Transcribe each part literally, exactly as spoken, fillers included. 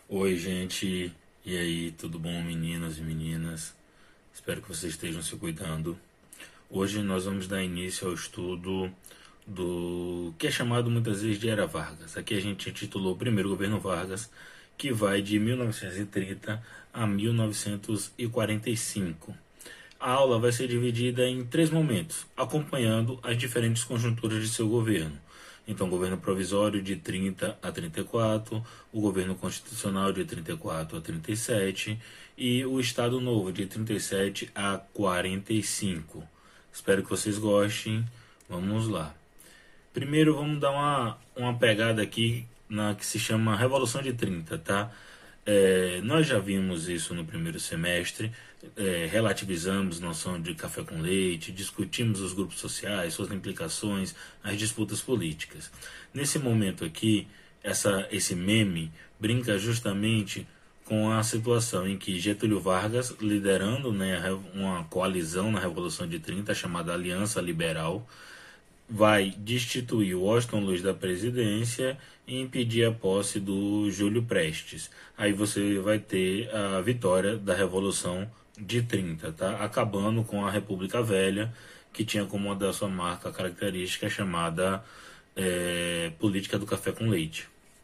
Oi, gente. E aí, tudo bom, meninas e meninas? Espero que vocês estejam se cuidando. Hoje nós vamos dar início ao estudo do que é chamado muitas vezes de Era Vargas. Aqui a gente intitulou o primeiro governo Vargas, que vai de mil novecentos e trinta a mil novecentos e quarenta e cinco. A aula vai ser dividida em três momentos, acompanhando as diferentes conjunturas de seu governo. Então, o governo provisório de trinta a trinta e quatro, o governo constitucional de trinta e quatro a trinta e sete e o Estado Novo de trinta e sete a quarenta e cinco. Espero que vocês gostem. Vamos lá. Primeiro, vamos dar uma, uma pegada aqui na que se chama Revolução de trinta, tá? É, nós já vimos isso no primeiro semestre, é, relativizamos a noção de café com leite, discutimos os grupos sociais, suas implicações, as disputas políticas. Nesse momento aqui, essa, esse meme brinca justamente com a situação em que Getúlio Vargas, liderando, né, uma coalizão na Revolução de trinta, chamada Aliança Liberal, vai destituir o Washington Luiz da presidência e impedir a posse do Júlio Prestes. Aí você vai ter a vitória da Revolução de trinta, tá? Acabando com a República Velha, que tinha como uma da sua marca característica chamada é, política do café com leite.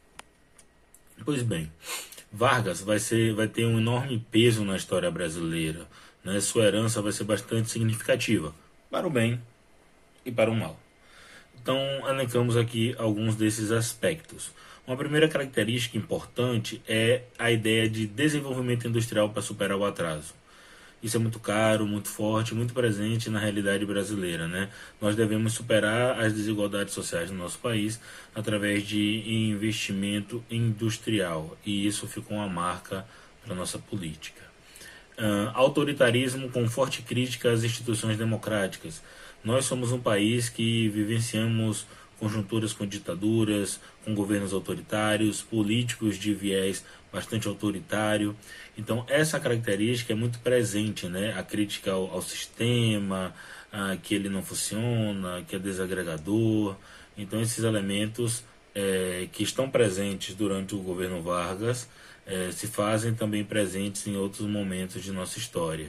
Pois bem, Vargas vai, ser, vai ter um enorme peso na história brasileira, né? Sua herança vai ser bastante significativa, para o bem e para o mal. Então, elencamos aqui alguns desses aspectos. Uma primeira característica importante é a ideia de desenvolvimento industrial para superar o atraso. Isso é muito caro, muito forte, muito presente na realidade brasileira, né? Nós devemos superar as desigualdades sociais no nosso país através de investimento industrial, e isso ficou uma marca para a nossa política. Uh, autoritarismo com forte crítica às instituições democráticas. Nós somos um país que vivenciamos conjunturas com ditaduras, com governos autoritários, políticos de viés bastante autoritário. Então, essa característica é muito presente, né? A crítica ao, ao sistema, a, que ele não funciona, que é desagregador. Então, esses elementos é, que estão presentes durante o governo Vargas é, se fazem também presentes em outros momentos de nossa história.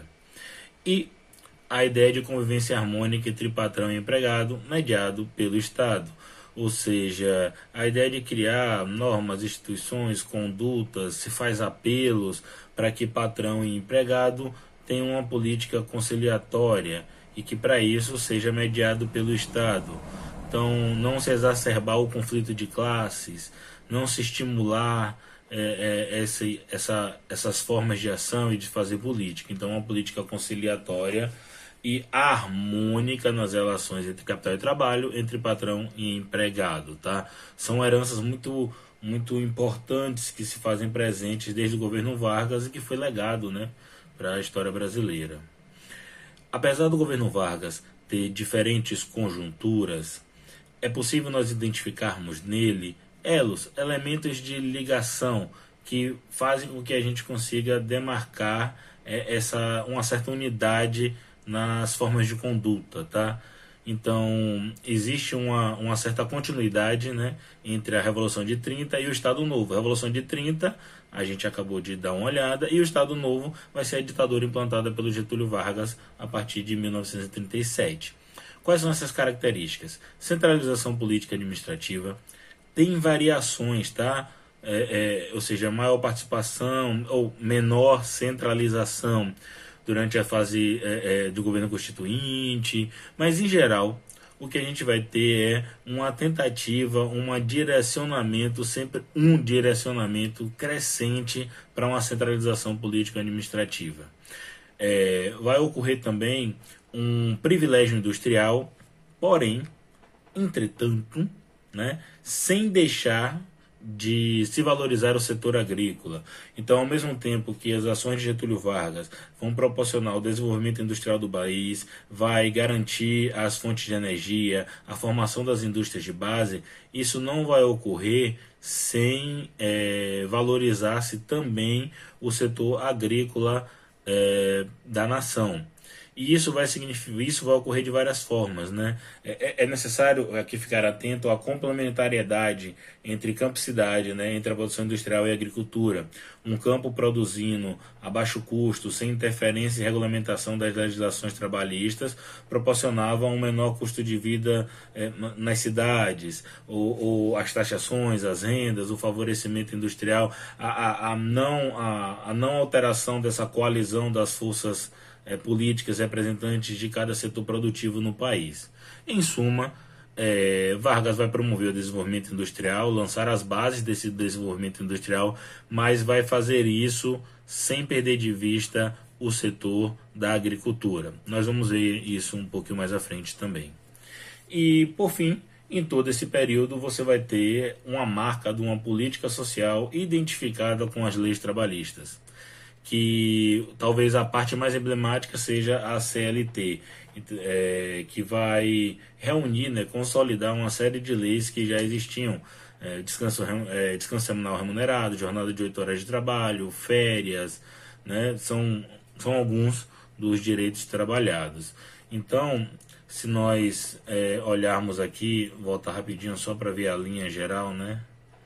E a ideia de convivência harmônica entre patrão e empregado, mediado pelo Estado. Ou seja, a ideia de criar normas, instituições, condutas, se faz apelos para que patrão e empregado tenham uma política conciliatória e que para isso seja mediado pelo Estado. Então, não se exacerbar o conflito de classes, não se estimular é, é, essa, essa, essas formas de ação e de fazer política. Então, uma política conciliatória e harmônica nas relações entre capital e trabalho, entre patrão e empregado, tá? São heranças muito, muito importantes que se fazem presentes desde o governo Vargas e que foi legado, né, para a história brasileira. Apesar do governo Vargas ter diferentes conjunturas, é possível nós identificarmos nele elos, elementos de ligação que fazem com que a gente consiga demarcar é, essa, uma certa unidade nas formas de conduta, tá? Então, existe uma, uma certa continuidade, né, entre a Revolução de trinta e o Estado Novo. A Revolução de trinta, a gente acabou de dar uma olhada, e o Estado Novo vai ser a ditadura implantada pelo Getúlio Vargas a partir de mil novecentos e trinta e sete. Quais são essas características? Centralização política e administrativa, tem variações, tá? É, é, ou seja, maior participação ou menor centralização durante a fase é, é, do governo constituinte, mas em geral o que a gente vai ter é uma tentativa, um direcionamento, sempre um direcionamento crescente para uma centralização política administrativa. É, vai ocorrer também um privilégio industrial, porém, entretanto, né, sem deixar de se valorizar o setor agrícola. Então, ao mesmo tempo que as ações de Getúlio Vargas vão proporcionar o desenvolvimento industrial do país, vai garantir as fontes de energia, a formação das indústrias de base, isso não vai ocorrer sem é, valorizar-se também o setor agrícola é, da nação. E isso vai significar, isso vai ocorrer de várias formas, né? É, é necessário aqui ficar atento à complementariedade entre campo e cidade, né? Entre a produção industrial e a agricultura. Um campo produzindo a baixo custo, sem interferência e regulamentação das legislações trabalhistas, proporcionava um menor custo de vida é, nas cidades, ou, ou as taxações, as rendas, o favorecimento industrial, a, a, a, não, a, a não alteração dessa coalizão das forças É, políticas representantes de cada setor produtivo no país. Em suma, é, Vargas vai promover o desenvolvimento industrial, lançar as bases desse desenvolvimento industrial, mas vai fazer isso sem perder de vista o setor da agricultura. Nós vamos ver isso um pouquinho mais à frente também. E, por fim, em todo esse período você vai ter uma marca de uma política social identificada com as leis trabalhistas, que talvez a parte mais emblemática seja a C L T, é, que vai reunir, né, consolidar uma série de leis que já existiam, é, descanso, é, descanso semanal remunerado, jornada de oito horas de trabalho, férias, né, são, são alguns dos direitos trabalhados. Então, se nós é, olharmos aqui, voltar rapidinho só para ver a linha geral, né?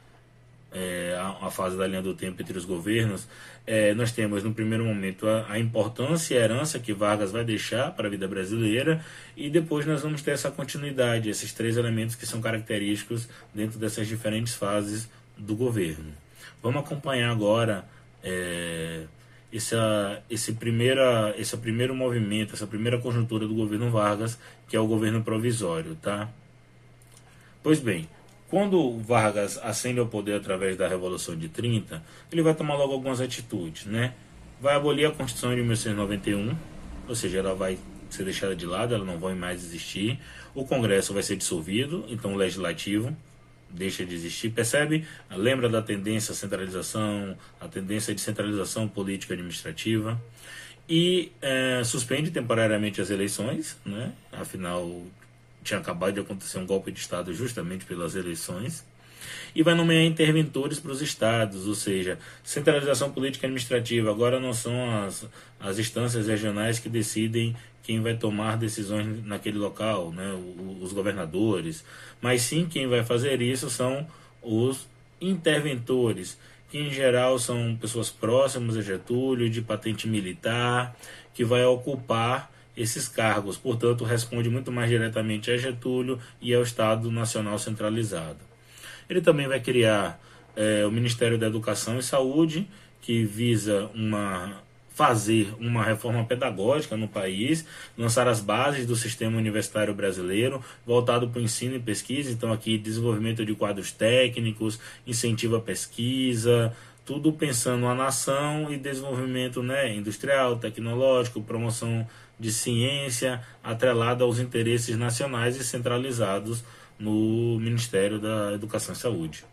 É, a, a fase da linha do tempo entre os governos, é, nós temos no primeiro momento a, a importância e a herança que Vargas vai deixar para a vida brasileira, e depois nós vamos ter essa continuidade, esses três elementos que são característicos dentro dessas diferentes fases do governo. Vamos acompanhar agora é, essa, esse, primeira, esse primeiro movimento, essa primeira conjuntura do governo Vargas, que é o governo provisório, tá? Pois bem, quando Vargas ascende ao poder através da Revolução de trinta, ele vai tomar logo algumas atitudes, né? Vai abolir a Constituição de mil novecentos e noventa e um, ou seja, ela vai ser deixada de lado, ela não vai mais existir. O Congresso vai ser dissolvido, então o Legislativo deixa de existir. Percebe? Lembra da tendência à centralização, a tendência de centralização política administrativa. E é, suspende temporariamente as eleições, né? Afinal, tinha acabado de acontecer um golpe de Estado justamente pelas eleições, e vai nomear interventores para os estados, ou seja, centralização política e administrativa. Agora não são as, as instâncias regionais que decidem quem vai tomar decisões naquele local, né, os governadores, mas sim quem vai fazer isso são os interventores, que em geral são pessoas próximas a Getúlio, de patente militar, que vai ocupar esses cargos, portanto, responde muito mais diretamente a Getúlio e ao Estado Nacional Centralizado. Ele também vai criar é, o Ministério da Educação e Saúde, que visa uma, fazer uma reforma pedagógica no país, lançar as bases do sistema universitário brasileiro, voltado para o ensino e pesquisa, então aqui desenvolvimento de quadros técnicos, incentivo à pesquisa, tudo pensando na nação e desenvolvimento, né, industrial, tecnológico, promoção de ciência, atrelada aos interesses nacionais e centralizados no Ministério da Educação e Saúde.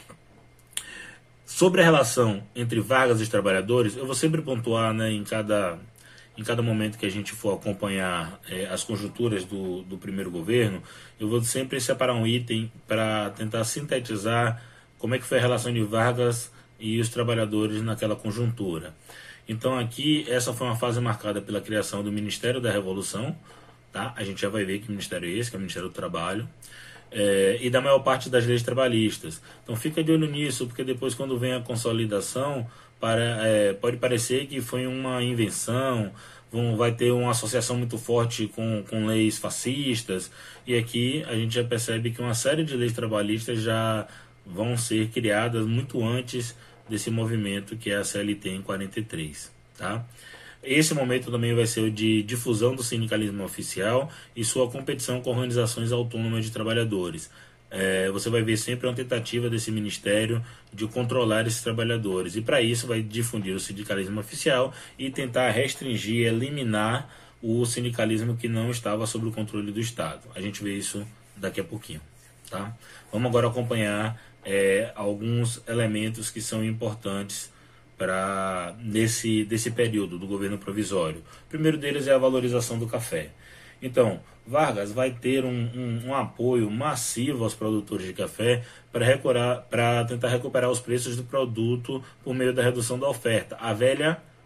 Sobre a relação entre Vargas e os trabalhadores, eu vou sempre pontuar, né, em, cada, em cada momento que a gente for acompanhar é, as conjunturas do, do primeiro governo, eu vou sempre separar um item para tentar sintetizar como é que foi a relação de Vargas e os trabalhadores naquela conjuntura. Então aqui, essa foi uma fase marcada pela criação do Ministério da Revolução, tá? A gente já vai ver que ministério é esse, que é o Ministério do Trabalho, é, e da maior parte das leis trabalhistas. Então fica de olho nisso, porque depois quando vem a consolidação, para, é, pode parecer que foi uma invenção, vão, vai ter uma associação muito forte com, com leis fascistas, e aqui a gente já percebe que uma série de leis trabalhistas já vão ser criadas muito antes desse movimento que é a C L T em quarenta e três, tá? Esse momento também vai ser o de difusão do sindicalismo oficial e sua competição com organizações autônomas de trabalhadores. É, você vai ver sempre uma tentativa desse ministério de controlar esses trabalhadores, e para isso vai difundir o sindicalismo oficial e tentar restringir, eliminar o sindicalismo que não estava sob o controle do Estado. A gente vê isso daqui a pouquinho, tá? Vamos agora acompanhar É, alguns elementos que são importantes para nesse desse período do governo provisório. O primeiro deles é a valorização do café. Então, Vargas vai ter um, um, um apoio massivo aos produtores de café para tentar recuperar os preços do produto por meio da redução da oferta. A velha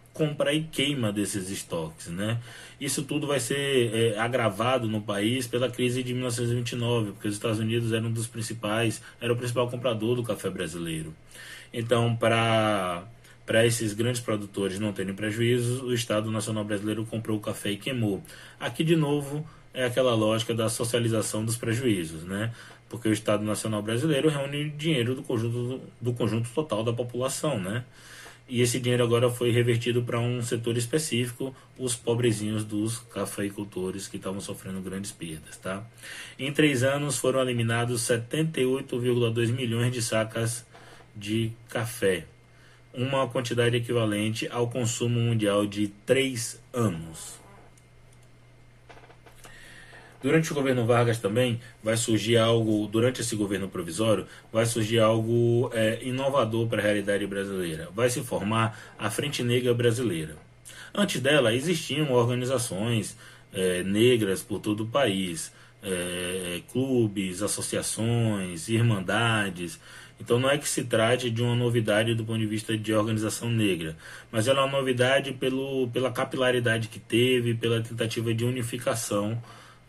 compra e queima desses estoques, né? Isso tudo vai ser é, agravado no país pela crise de mil novecentos e vinte e nove, porque os Estados Unidos eram um dos principais, era o principal comprador do café brasileiro. Então, para para esses grandes produtores não terem prejuízos, o Estado Nacional Brasileiro comprou o café e queimou. Aqui, de novo, é aquela lógica da socialização dos prejuízos, né? Porque o Estado Nacional Brasileiro reúne dinheiro do conjunto, do conjunto total da população, né? E esse dinheiro agora foi revertido para um setor específico, os pobrezinhos dos cafeicultores que estavam sofrendo grandes perdas, tá? Em três anos foram eliminados setenta e oito vírgula dois milhões de sacas de café, uma quantidade equivalente ao consumo mundial de três anos. Durante o governo Vargas também vai surgir algo, durante esse governo provisório, vai surgir algo é, inovador para a realidade brasileira. Vai se formar a Frente Negra Brasileira. Antes dela existiam organizações é, negras por todo o país, é, clubes, associações, irmandades. Então não é que se trate de uma novidade do ponto de vista de organização negra, mas ela é uma novidade pelo, pela capilaridade que teve, pela tentativa de unificação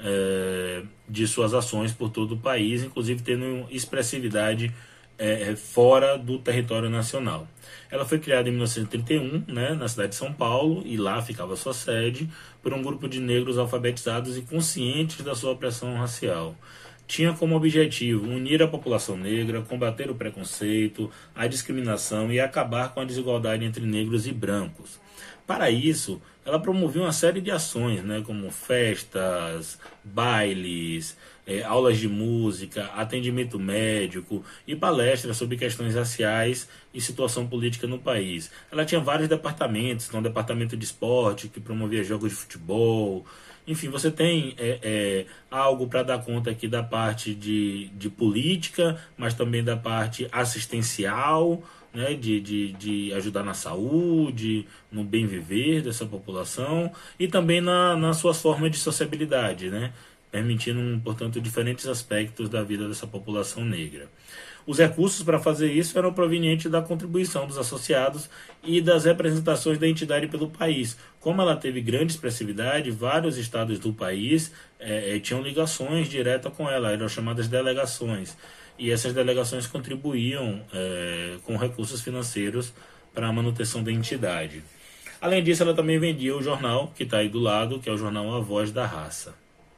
é, de suas ações por todo o país, inclusive tendo expressividade é, fora do território nacional. Ela foi criada em mil novecentos e trinta e um, né, na cidade de São Paulo, e lá ficava sua sede, por um grupo de negros alfabetizados e conscientes da sua opressão racial. Tinha como objetivo unir a população negra, combater o preconceito, a discriminação e acabar com a desigualdade entre negros e brancos. Para isso, ela promovia uma série de ações, né, como festas, bailes, eh, aulas de música, atendimento médico e palestras sobre questões raciais e situação política no país. Ela tinha vários departamentos, então, o departamento de esporte, que promovia jogos de futebol. Enfim, você tem é, é, algo para dar conta aqui da parte de, de política, mas também da parte assistencial, né, de, de, de ajudar na saúde, no bem viver dessa população e também na, nas suas formas de sociabilidade, né, permitindo, portanto, diferentes aspectos da vida dessa população negra. Os recursos para fazer isso eram provenientes da contribuição dos associados e das representações da entidade pelo país. Como ela teve grande expressividade, vários estados do país é, tinham ligações diretas com ela, eram chamadas delegações. E essas delegações contribuíam é, com recursos financeiros para a manutenção da entidade. Além disso, ela também vendia o jornal, que está aí do lado, que é o jornal A Voz da Raça.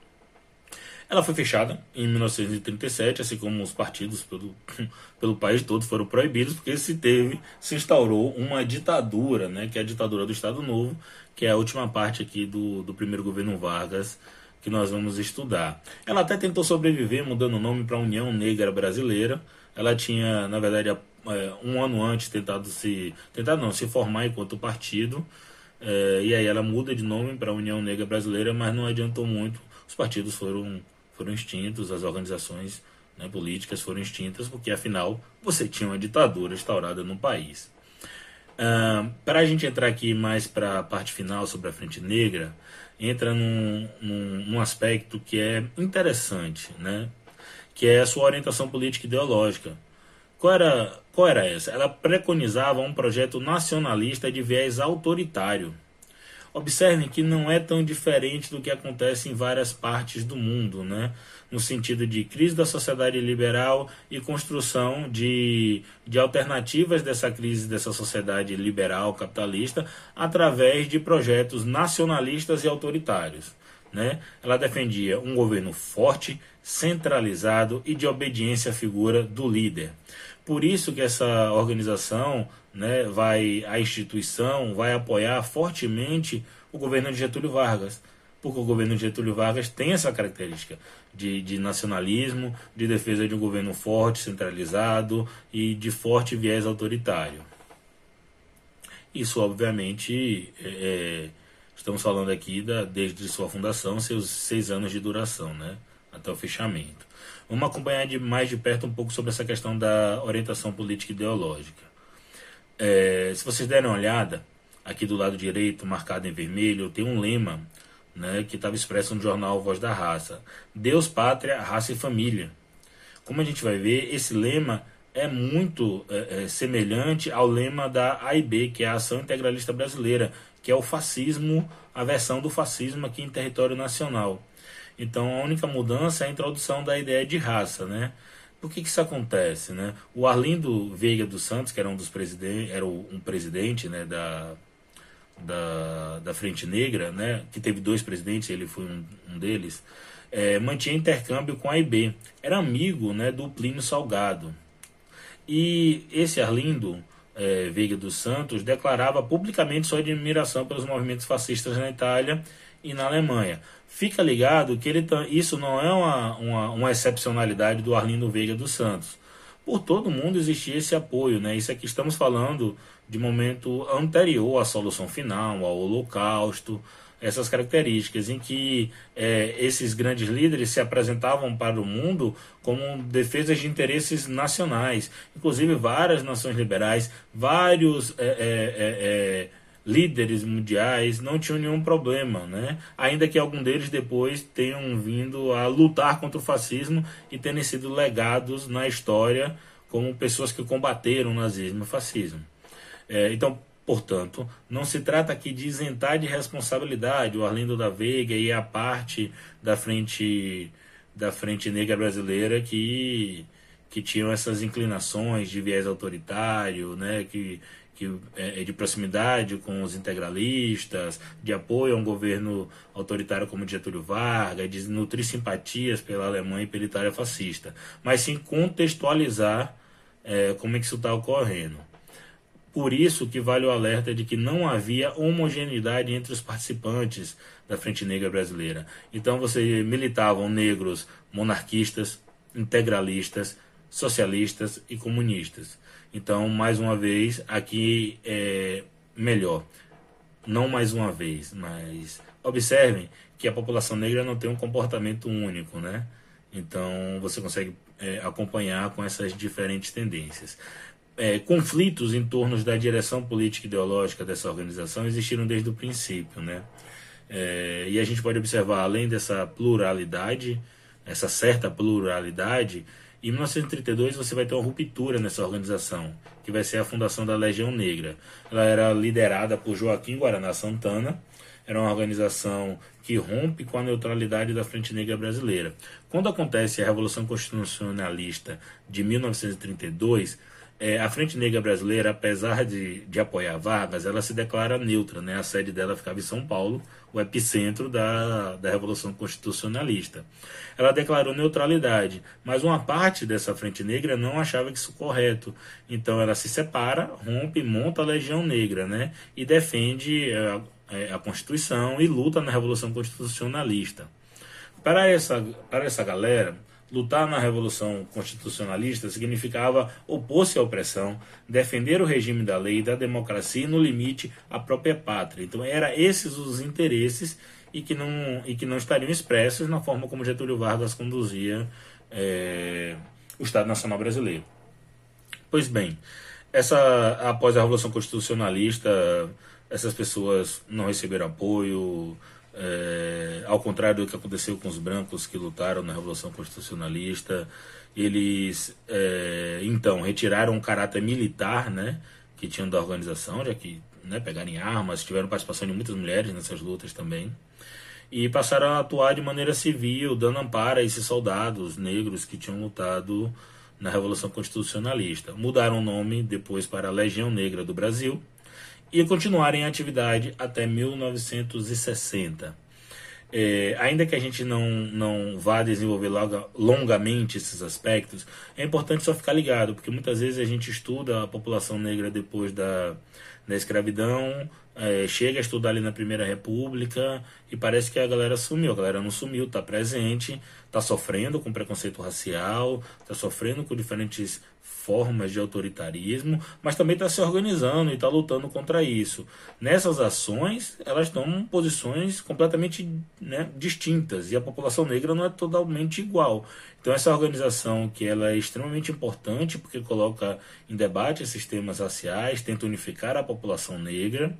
Ela foi fechada em mil novecentos e trinta e sete, assim como os partidos pelo, pelo país todo foram proibidos, porque se teve, se instaurou uma ditadura, né, que é a ditadura do Estado Novo, que é a última parte aqui do, do primeiro governo Vargas, que nós vamos estudar. Ela até tentou sobreviver mudando o nome para União Negra Brasileira. Ela tinha, na verdade, um ano antes tentado se... Tentado não, se formar enquanto partido. É, e aí ela muda de nome para União Negra Brasileira, mas não adiantou muito. Os partidos foram, foram extintos, as organizações, né, políticas foram extintas, porque afinal você tinha uma ditadura instaurada no país. Uh, para a gente entrar aqui mais para a parte final sobre a Frente Negra, entra num, num, num aspecto que é interessante, né? Que é a sua orientação política e ideológica. Qual era, qual era essa? Ela preconizava um projeto nacionalista de viés autoritário. Observem que não é tão diferente do que acontece em várias partes do mundo, né? No sentido de crise da sociedade liberal e construção de, de alternativas dessa crise dessa sociedade liberal capitalista através de projetos nacionalistas e autoritários, né? Ela defendia um governo forte, centralizado e de obediência à figura do líder. Por isso que essa organização, né, vai, a instituição vai apoiar fortemente o governo de Getúlio Vargas, porque o governo de Getúlio Vargas tem essa característica de, de nacionalismo, de defesa de um governo forte, centralizado e de forte viés autoritário. Isso, obviamente, é, estamos falando aqui da, desde sua fundação, seus seis anos de duração, né, até o fechamento. Vamos acompanhar de mais de perto um pouco sobre essa questão da orientação política e ideológica. É, se vocês derem uma olhada, aqui do lado direito, marcado em vermelho, tem um lema, né, que estava expresso no jornal Voz da Raça. Deus, Pátria, Raça e Família. Como a gente vai ver, esse lema é muito é, é, semelhante ao lema da A I B, que é a Ação Integralista Brasileira, que é o fascismo, a versão do fascismo aqui em território nacional. Então a única mudança é a introdução da ideia de raça, né? Por que, que isso acontece, né? O Arlindo Veiga dos Santos, que era um dos presidentes, era um presidente, né, da, da, da Frente Negra, né, que teve dois presidentes, ele foi um, um deles, é, mantinha intercâmbio com a A I B. Era amigo, né, do Plínio Salgado. E esse Arlindo é, Veiga dos Santos declarava publicamente sua admiração pelos movimentos fascistas na Itália e na Alemanha. Fica ligado que ele, isso não é uma, uma, uma excepcionalidade do Arlindo Veiga dos Santos. Por todo mundo existia esse apoio, né? Isso aqui estamos falando de momento anterior à solução final, ao Holocausto, essas características em que é, esses grandes líderes se apresentavam para o mundo como defesas de interesses nacionais. Inclusive várias nações liberais, vários é, é, é, líderes mundiais não tinham nenhum problema, né? Ainda que algum deles depois tenham vindo a lutar contra o fascismo e terem sido legados na história como pessoas que combateram o nazismo e o fascismo. É, então, portanto, não se trata aqui de isentar de responsabilidade o Arlindo da Veiga e a parte da frente, da frente negra brasileira que, que tinham essas inclinações de viés autoritário, né, que, que é de proximidade com os integralistas, de apoio a um governo autoritário como Getúlio Vargas, de nutrir simpatias pela Alemanha e pela Itália fascista, mas sim contextualizar é, como é que isso está ocorrendo. Por isso que vale o alerta de que não havia homogeneidade entre os participantes da Frente Negra Brasileira. Então você militavam negros monarquistas, integralistas, socialistas e comunistas. Então, mais uma vez, aqui é melhor. Não mais uma vez, mas observem que a população negra não tem um comportamento único, né? Então você consegue é, acompanhar com essas diferentes tendências. É, conflitos em torno da direção política e ideológica dessa organização existiram desde o princípio, né? É, e a gente pode observar, além dessa pluralidade, essa certa pluralidade, em mil novecentos e trinta e dois você vai ter uma ruptura nessa organização, que vai ser a fundação da Legião Negra. Ela era liderada por Joaquim Guaraná Santana, era uma organização que rompe com a neutralidade da Frente Negra Brasileira. Quando acontece a Revolução Constitucionalista de mil novecentos e trinta e dois, É, a Frente Negra Brasileira, apesar de, de apoiar Vargas, ela se declara neutra, né? A sede dela ficava em São Paulo, o epicentro da, da Revolução Constitucionalista. Ela declarou neutralidade, mas uma parte dessa Frente Negra não achava isso correto. Então ela se separa, rompe, monta a Legião Negra, né? E defende a, a Constituição e luta na Revolução Constitucionalista. Para essa, para essa galera, lutar na Revolução Constitucionalista significava opor-se à opressão, defender o regime da lei e da democracia e, no limite, a própria pátria. Então, eram esses os interesses e que não, e que não estariam expressos na forma como Getúlio Vargas conduzia é, o Estado Nacional Brasileiro. Pois bem, essa, após a Revolução Constitucionalista, essas pessoas não receberam apoio. É, ao contrário do que aconteceu com os brancos que lutaram na Revolução Constitucionalista, eles é, então retiraram o caráter militar, né, que tinham da organização, já que, né, pegaram armas, tiveram participação de muitas mulheres nessas lutas também, e passaram a atuar de maneira civil, dando amparo a esses soldados negros que tinham lutado na Revolução Constitucionalista. Mudaram o nome depois para a Legião Negra do Brasil e continuaram em atividade até mil novecentos e sessenta. É, ainda que a gente não, não vá desenvolver logo, longamente esses aspectos, é importante só ficar ligado, porque muitas vezes a gente estuda a população negra depois da, da escravidão, é, chega a estudar ali na Primeira República e parece que a galera sumiu. A galera não sumiu, está presente, está sofrendo com preconceito racial, está sofrendo com diferentes formas de autoritarismo, mas também está se organizando e está lutando contra isso. Nessas ações, elas tomam posições completamente, né, distintas, e a população negra não é totalmente igual. Então essa organização, que ela é extremamente importante, porque coloca em debate esses temas raciais, tenta unificar a população negra,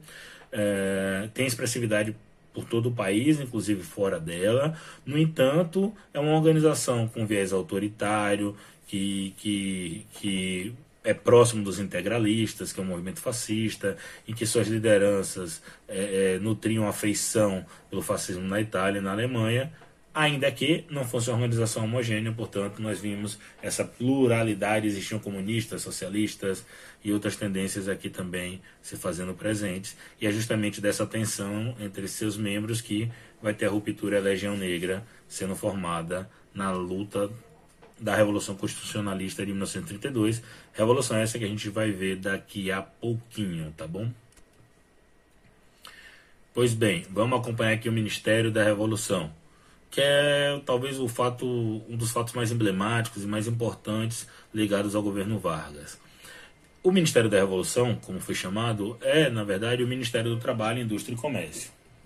é, tem expressividade por todo o país, inclusive fora dela. No entanto, é uma organização com viés autoritário, que, que, que é próximo dos integralistas, que é um movimento fascista, em que suas lideranças é, é, nutriam afeição pelo fascismo na Itália e na Alemanha, ainda que não fosse uma organização homogênea. Portanto, nós vimos essa pluralidade, existiam comunistas, socialistas e outras tendências aqui também se fazendo presentes, e é justamente dessa tensão entre seus membros que vai ter a ruptura e a Legião Negra sendo formada na luta da Revolução Constitucionalista de mil novecentos e trinta e dois, revolução essa que a gente vai ver daqui a pouquinho, tá bom? Pois bem, vamos acompanhar aqui o Ministério da Revolução, que é talvez o fato, um dos fatos mais emblemáticos e mais importantes ligados ao governo Vargas. O Ministério da Revolução, como foi chamado, é, na verdade, o Ministério do Trabalho, Indústria e Comércio.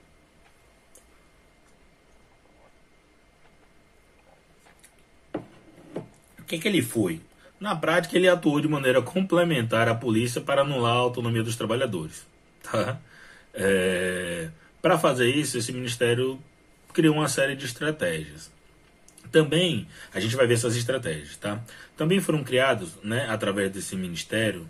O que, que ele foi? Na prática, ele atuou de maneira complementar à polícia para anular a autonomia dos trabalhadores. Tá? É, para fazer isso, esse ministério criou uma série de estratégias. Também, a gente vai ver essas estratégias, tá? Também foram criados, né, através desse ministério,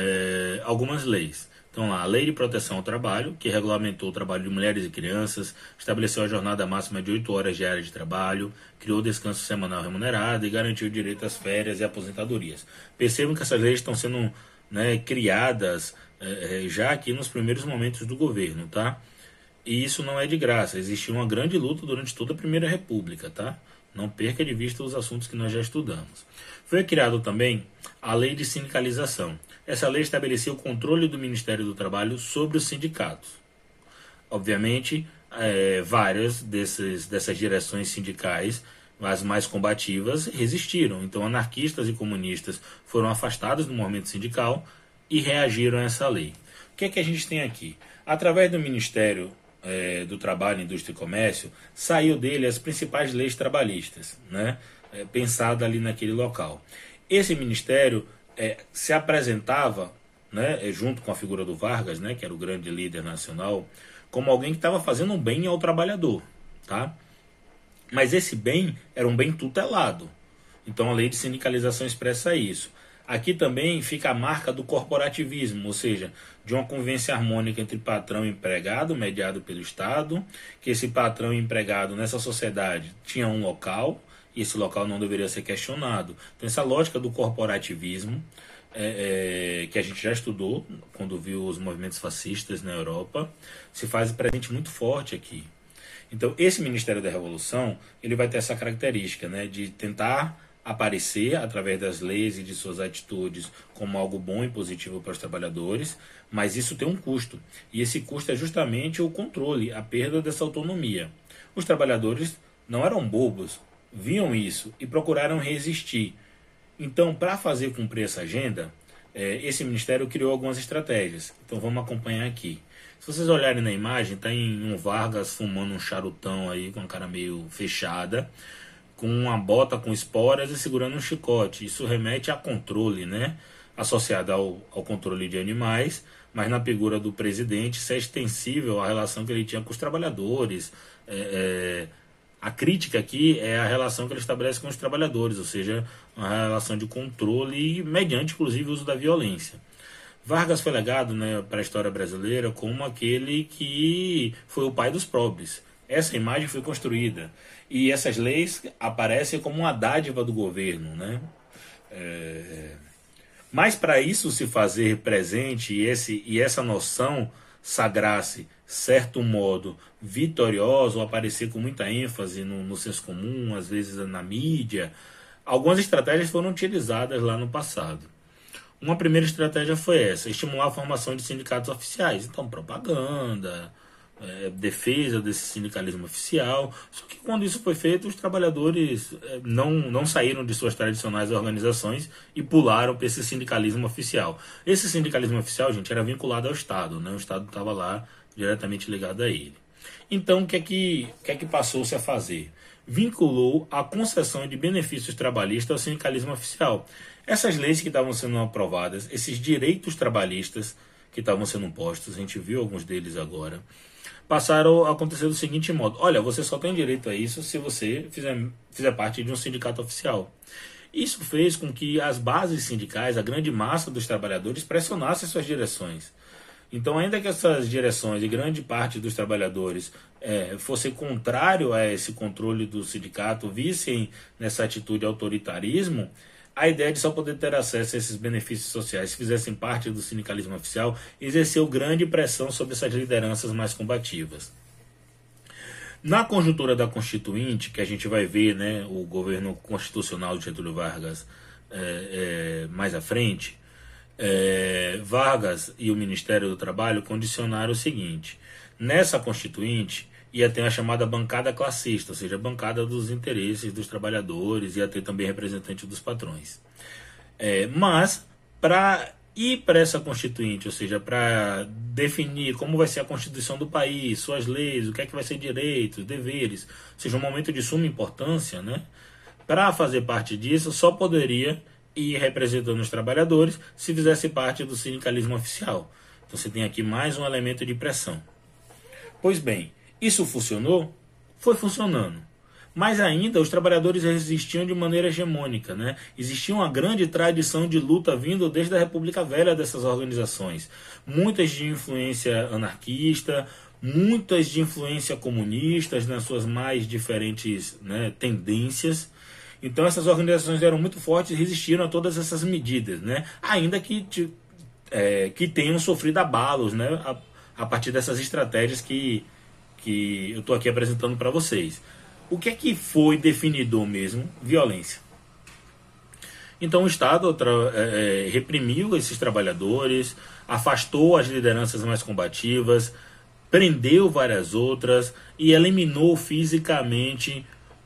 é, algumas leis. Então lá, a Lei de Proteção ao Trabalho, que regulamentou o trabalho de mulheres e crianças, estabeleceu a jornada máxima de oito horas diárias de trabalho, criou o descanso semanal remunerado e garantiu o direito às férias e aposentadorias. Percebam que essas leis estão sendo, né, criadas é, já aqui nos primeiros momentos do governo, tá? E isso não é de graça, existiu uma grande luta durante toda a Primeira República, tá? Não perca de vista os assuntos que nós já estudamos. Foi criado também a Lei de Sindicalização. Essa lei estabelecia o controle do Ministério do Trabalho sobre os sindicatos. Obviamente, é, várias desses, dessas direções sindicais, as mais combativas, resistiram. Então, anarquistas e comunistas foram afastados do movimento sindical e reagiram a essa lei. O que é que a gente tem aqui? Através do Ministério é, do Trabalho, Indústria e Comércio, saiu dele as principais leis trabalhistas, né, é, pensada ali naquele local. Esse ministério é, se apresentava, né, junto com a figura do Vargas, né, que era o grande líder nacional, como alguém que estava fazendo um bem ao trabalhador, tá? Mas esse bem era um bem tutelado. Então a lei de sindicalização expressa isso. Aqui também fica a marca do corporativismo, ou seja, de uma convivência harmônica entre patrão e empregado, mediado pelo Estado, que esse patrão e empregado nessa sociedade tinha um local, e esse local não deveria ser questionado. Então essa lógica do corporativismo, é, é, que a gente já estudou quando viu os movimentos fascistas na Europa, se faz presente muito forte aqui. Então esse Ministério da Revolução, ele vai ter essa característica, né, de tentar aparecer através das leis e de suas atitudes como algo bom e positivo para os trabalhadores, mas isso tem um custo, e esse custo é justamente o controle, a perda dessa autonomia. Os trabalhadores não eram bobos, viam isso e procuraram resistir. Então, para fazer cumprir essa agenda, é, esse ministério criou algumas estratégias. Então vamos acompanhar aqui. Se vocês olharem na imagem, está em um Vargas fumando um charutão aí, com a cara meio fechada, com uma bota com esporas e segurando um chicote. Isso remete a controle, né? Associado ao, ao controle de animais, mas na figura do presidente isso é extensível à relação que ele tinha com os trabalhadores. É, é, a crítica aqui é a relação que ele estabelece com os trabalhadores, ou seja, uma relação de controle mediante, inclusive, o uso da violência. Vargas foi legado, né, para a história brasileira como aquele que foi o pai dos pobres. Essa imagem foi construída. E essas leis aparecem como uma dádiva do governo, né? É... Mas para isso se fazer presente e, esse, e essa noção sagrar-se, certo modo, vitoriosa, ou aparecer com muita ênfase no, no senso comum, às vezes na mídia, algumas estratégias foram utilizadas lá no passado. Uma primeira estratégia foi essa, estimular a formação de sindicatos oficiais. Então, propaganda, É, defesa desse sindicalismo oficial. Só que quando isso foi feito, os trabalhadores é, não, não saíram de suas tradicionais organizações e pularam para esse sindicalismo oficial. Esse sindicalismo oficial, gente, era vinculado ao Estado, né? O Estado estava lá diretamente ligado a ele. Então, o que é que, o que, é que passou-se a fazer? Vinculou a concessão de benefícios trabalhistas ao sindicalismo oficial. Essas leis que estavam sendo aprovadas, esses direitos trabalhistas que estavam sendo postos, a gente viu alguns deles agora, passaram a acontecer do seguinte modo: olha, você só tem direito a isso se você fizer, fizer parte de um sindicato oficial. Isso fez com que as bases sindicais, a grande massa dos trabalhadores, pressionassem suas direções. Então, ainda que essas direções e grande parte dos trabalhadores é, fossem contrário a esse controle do sindicato, vissem nessa atitude autoritarismo, a ideia de só poder ter acesso a esses benefícios sociais, se fizessem parte do sindicalismo oficial, exerceu grande pressão sobre essas lideranças mais combativas. Na conjuntura da Constituinte, que a gente vai ver, né, o governo constitucional de Getúlio Vargas é, é, mais à frente, é, Vargas e o Ministério do Trabalho condicionaram o seguinte: nessa Constituinte ia ter a chamada bancada classista, ou seja, a bancada dos interesses dos trabalhadores, ia ter também representante dos patrões. É, mas, para ir para essa Constituinte, ou seja, para definir como vai ser a Constituição do país, suas leis, o que é que vai ser direitos, deveres, ou seja, um momento de suma importância, né? Para fazer parte disso, só poderia ir representando os trabalhadores se fizesse parte do sindicalismo oficial. Então você tem aqui mais um elemento de pressão. Pois bem, isso funcionou? Foi funcionando. Mas ainda os trabalhadores resistiam de maneira hegemônica, né? Existia uma grande tradição de luta vindo desde a República Velha dessas organizações. Muitas de influência anarquista, muitas de influência comunista, nas suas mais diferentes, né, tendências. Então essas organizações eram muito fortes e resistiram a todas essas medidas, né? Ainda que, é, que tenham sofrido abalos, né, a, a partir dessas estratégias que, que eu estou aqui apresentando para vocês. O que é que foi definidor mesmo? Violência. Então o Estado é, é, reprimiu esses trabalhadores, afastou as lideranças mais combativas, prendeu várias outras e eliminou fisicamente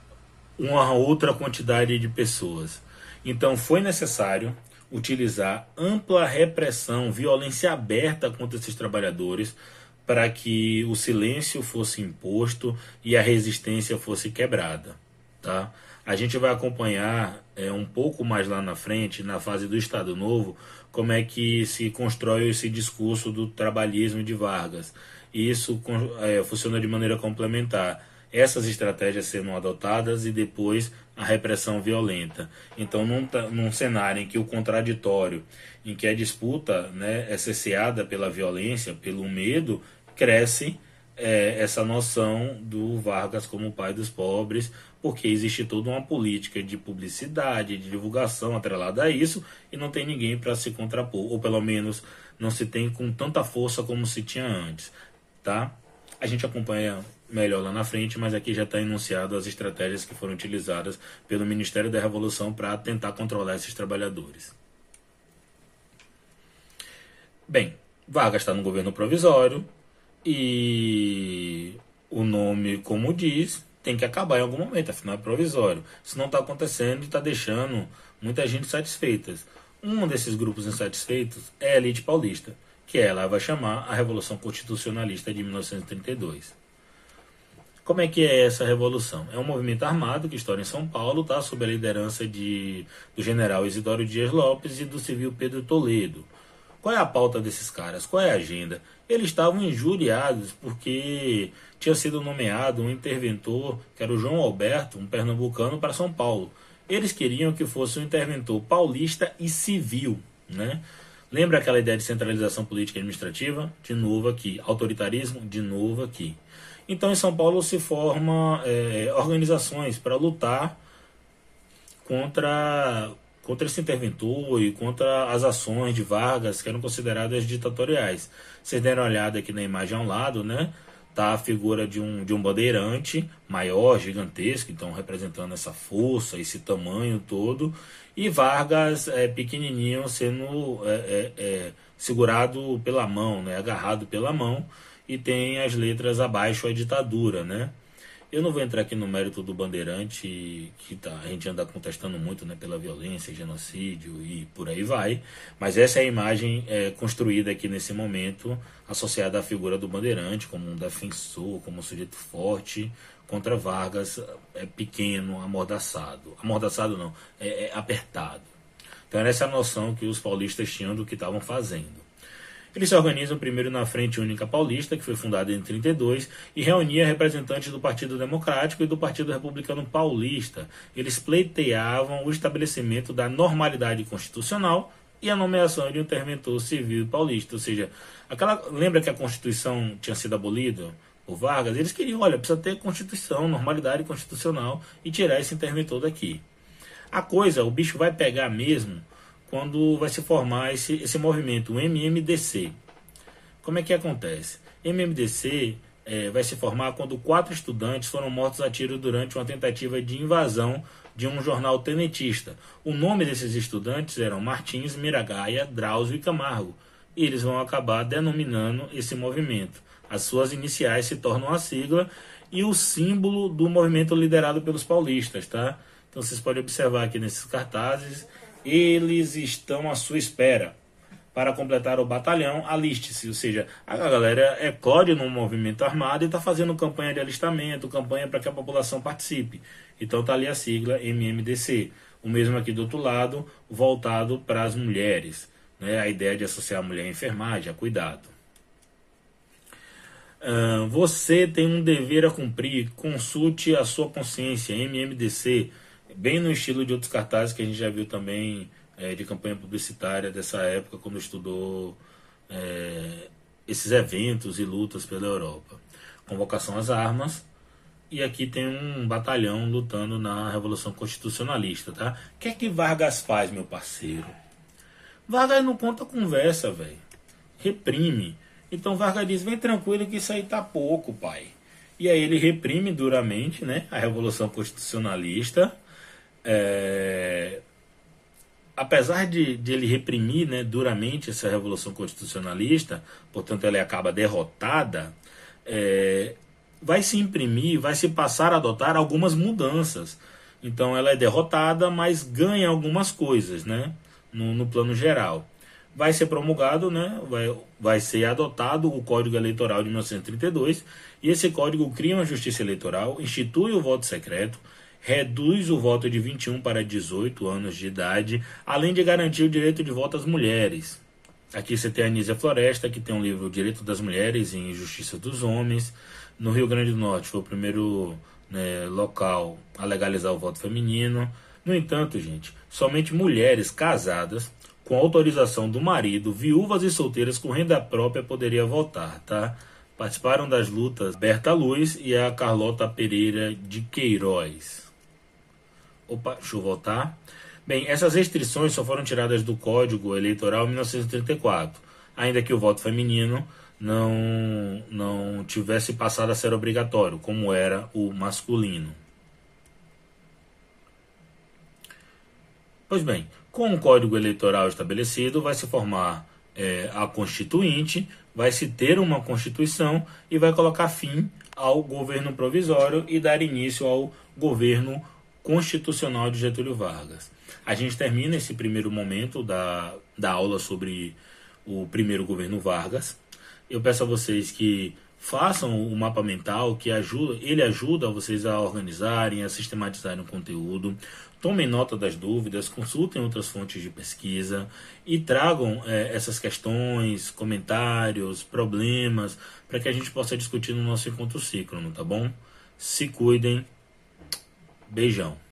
uma outra quantidade de pessoas. Então foi necessário utilizar ampla repressão, violência aberta contra esses trabalhadores, para que o silêncio fosse imposto e a resistência fosse quebrada, tá? A gente vai acompanhar é, um pouco mais lá na frente, na fase do Estado Novo, como é que se constrói esse discurso do trabalhismo de Vargas. E isso é, funciona de maneira complementar. Essas estratégias sendo adotadas e depois a repressão violenta. Então, num, num cenário em que o contraditório, em que a disputa, né, é cesseada pela violência, pelo medo, cresce é, essa noção do Vargas como o pai dos pobres, porque existe toda uma política de publicidade, de divulgação atrelada a isso, e não tem ninguém para se contrapor, ou pelo menos não se tem com tanta força como se tinha antes, tá? A gente acompanha melhor lá na frente, mas aqui já está enunciado as estratégias que foram utilizadas pelo Ministério da Revolução para tentar controlar esses trabalhadores. Bem, Vargas está no governo provisório e o nome, como diz, tem que acabar em algum momento, afinal é provisório. Isso não está acontecendo e está deixando muita gente satisfeita. Um desses grupos insatisfeitos é a elite paulista, que ela vai chamar a Revolução Constitucionalista de mil novecentos e trinta e dois. Como é que é essa revolução? É um movimento armado que estoura em São Paulo, tá, sob a liderança de, do general Isidoro Dias Lopes e do civil Pedro Toledo. Qual é a pauta desses caras? Qual é a agenda? Eles estavam injuriados porque tinha sido nomeado um interventor, que era o João Alberto, um pernambucano, para São Paulo. Eles queriam que fosse um interventor paulista e civil, né? Lembra aquela ideia de centralização política e administrativa? De novo aqui. Autoritarismo? De novo aqui. Então, em São Paulo se formam é, organizações para lutar contra, contra esse interventor e contra as ações de Vargas, que eram consideradas ditatoriais. Vocês deram uma olhada aqui na imagem ao lado, né? Tá a figura de um, de um bandeirante maior, gigantesco, então representando essa força, esse tamanho todo, e Vargas é, pequenininho sendo é, é, é, segurado pela mão, né? Agarrado pela mão, e tem as letras abaixo a ditadura, né? Eu não vou entrar aqui no mérito do bandeirante, que tá, a gente anda contestando muito, né, pela violência, genocídio e por aí vai, mas essa é a imagem é, construída aqui nesse momento, associada à figura do bandeirante como um defensor, como um sujeito forte contra Vargas, é pequeno, amordaçado. Amordaçado não, é, é apertado. Então era essa noção que os paulistas tinham do que estavam fazendo. Eles se organizam primeiro na Frente Única Paulista, que foi fundada em trinta e dois, e reunia representantes do Partido Democrático e do Partido Republicano Paulista. Eles pleiteavam o estabelecimento da normalidade constitucional e a nomeação de um interventor civil paulista. Ou seja, aquela, lembra que a Constituição tinha sido abolida por Vargas? Eles queriam, olha, precisa ter Constituição, normalidade constitucional e tirar esse interventor daqui. A coisa, o bicho vai pegar mesmo quando vai se formar esse, esse movimento, o M M D C. Como é que acontece? M M D C é, vai se formar quando quatro estudantes foram mortos a tiro durante uma tentativa de invasão de um jornal tenentista. O nome desses estudantes eram Martins, Miragaia, Drauzio e Camargo. E eles vão acabar denominando esse movimento. As suas iniciais se tornam a sigla e o símbolo do movimento liderado pelos paulistas, tá? Então vocês podem observar aqui nesses cartazes, eles estão à sua espera. Para completar o batalhão, aliste-se. Ou seja, a galera é eclode no movimento armado e está fazendo campanha de alistamento, campanha para que a população participe. Então está ali a sigla M M D C. O mesmo aqui do outro lado, voltado para as mulheres. Né? A ideia de associar a mulher à enfermagem, a cuidado. Uh, você tem um dever a cumprir, consulte a sua consciência, M M D C, bem no estilo de outros cartazes que a gente já viu também é, de campanha publicitária dessa época, quando estudou é, esses eventos e lutas pela Europa. Convocação às armas, e aqui tem um batalhão lutando na Revolução Constitucionalista, tá? O que é que Vargas faz, meu parceiro? Vargas não conta conversa, velho. Reprime. Então Vargas diz, vem tranquilo que isso aí tá pouco, pai. E aí ele reprime duramente, né, a Revolução Constitucionalista. É... Apesar de, de ele reprimir, né, duramente essa Revolução Constitucionalista, portanto ela acaba derrotada, é... vai se imprimir, vai se passar a adotar algumas mudanças. Então ela é derrotada, mas ganha algumas coisas, né, no, no plano geral. Vai ser promulgado, né, vai, vai ser adotado o Código Eleitoral de mil novecentos e trinta e dois, e esse código cria uma justiça eleitoral, institui o voto secreto, reduz o voto de vinte e um para dezoito anos de idade, além de garantir o direito de voto às mulheres. Aqui você tem a Anísia Floresta, que tem um livro, O Direito das Mulheres e Injustiça dos Homens. No Rio Grande do Norte foi o primeiro, né, local a legalizar o voto feminino. No entanto, gente, somente mulheres casadas, com autorização do marido, viúvas e solteiras com renda própria poderia votar, tá? Participaram das lutas Berta Luz e a Carlota Pereira de Queiroz. Opa, deixa eu voltar. Bem, essas restrições só foram tiradas do Código Eleitoral em mil novecentos e trinta e quatro, ainda que o voto feminino não, não tivesse passado a ser obrigatório, como era o masculino. Pois bem, com o Código Eleitoral estabelecido, vai se formar é, a Constituinte, vai se ter uma Constituição e vai colocar fim ao governo provisório e dar início ao governo constitucional de Getúlio Vargas. A gente termina esse primeiro momento da, da aula sobre o primeiro governo Vargas. Eu peço a vocês que façam o mapa mental, que ajuda, ele ajuda vocês a organizarem, a sistematizarem o conteúdo. Tomem nota das dúvidas, consultem outras fontes de pesquisa e tragam é, essas questões, comentários, problemas, para que a gente possa discutir no nosso encontro síncrono, tá bom? Se cuidem. Beijão.